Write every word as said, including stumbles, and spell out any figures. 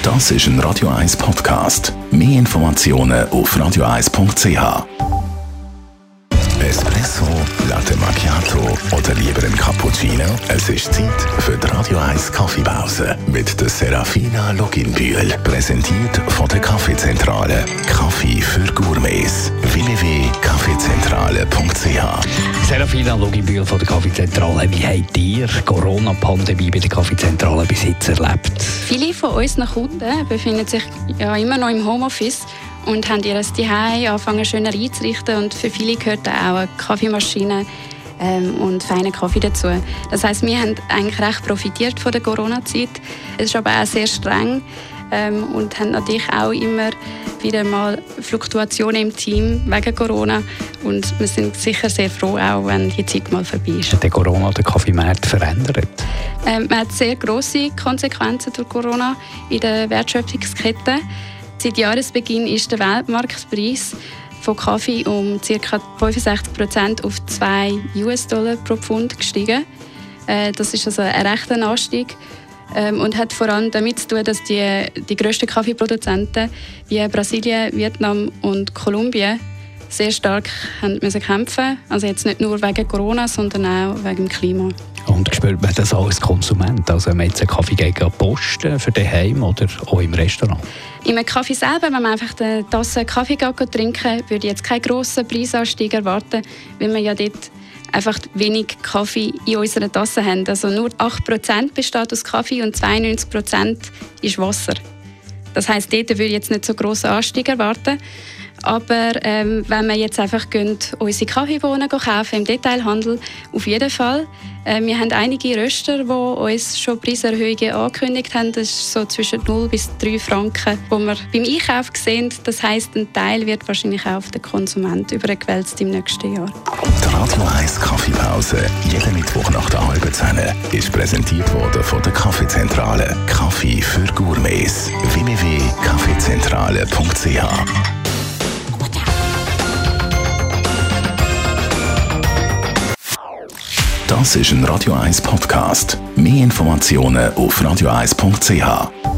Das ist ein Radio eins Podcast. Mehr Informationen auf radio eins punkt c h. Espresso, Latte Macchiato oder lieber ein Cappuccino? Es ist Zeit für die Radio eins Kaffeepause mit der Serafina Loginbühl. Präsentiert von der Kaffeezentrale. Kaffee für Gourmets. w w w punkt kaffeezentrale punkt c h. Serafina Loginbühl von der Kaffeezentrale. Wie habt ihr die Corona-Pandemie bei der Kaffeezentrale bis jetzt erlebt? Viele von unseren Kunden befinden sich ja immer noch im Homeoffice und haben ihr Zuhause angefangen schöner einzurichten, und für viele gehört auch eine Kaffeemaschine ähm, und feiner Kaffee dazu. Das heisst, wir haben eigentlich recht profitiert von der Corona-Zeit. Es ist aber auch sehr streng ähm, und haben natürlich auch immer wieder mal Fluktuationen im Team wegen Corona, und wir sind sicher sehr froh, auch wenn die Zeit mal vorbei ist. Hat der Corona den Kaffeemarkt verändert? Ähm, man hat sehr grosse Konsequenzen durch Corona in der Wertschöpfungskette. Seit Jahresbeginn ist der Weltmarktpreis von Kaffee um ca. fünfundsechzig Prozent auf zwei US-Dollar pro Pfund gestiegen. Äh, das ist also ein rechter Anstieg ähm, und hat vor allem damit zu tun, dass die, die grössten Kaffeeproduzenten wie Brasilien, Vietnam und Kolumbien sehr stark haben müssen kämpfen. Also jetzt nicht nur wegen Corona, sondern auch wegen dem Klima. Und spürt man das auch als Konsument? Also wenn man jetzt einen Kaffee gegen posten für daheim oder auch im Restaurant? Im Kaffee selber, wenn man einfach eine Tasse Kaffee trinken, würde ich jetzt keinen grossen Preisanstieg erwarten, weil wir ja dort einfach wenig Kaffee in unserer Tasse haben. Also nur acht Prozent besteht aus Kaffee und zweiundneunzig Prozent ist Wasser. Das heisst, dort würde ich jetzt nicht so einen grossen Anstieg erwarten. Aber ähm, wenn wir jetzt einfach gehen, unsere Kaffeebohnen kaufen im Detailhandel, auf jeden Fall. Äh, wir haben einige Röster, die uns schon Preiserhöhungen angekündigt haben. Das ist so zwischen null bis drei Franken, die wir beim Einkauf sehen. Das heisst, ein Teil wird wahrscheinlich auch auf den Konsument übergewälzt im nächsten Jahr. Die Radio eins Kaffeepause, jeden Mittwoch nach der halben Zehn, ist präsentiert worden von der Kaffeezentrale. Kaffee für Gourmets. w w w punkt kaffeezentrale punkt c h. Das ist ein Radio eins Podcast. Mehr Informationen auf radio eins punkt c h.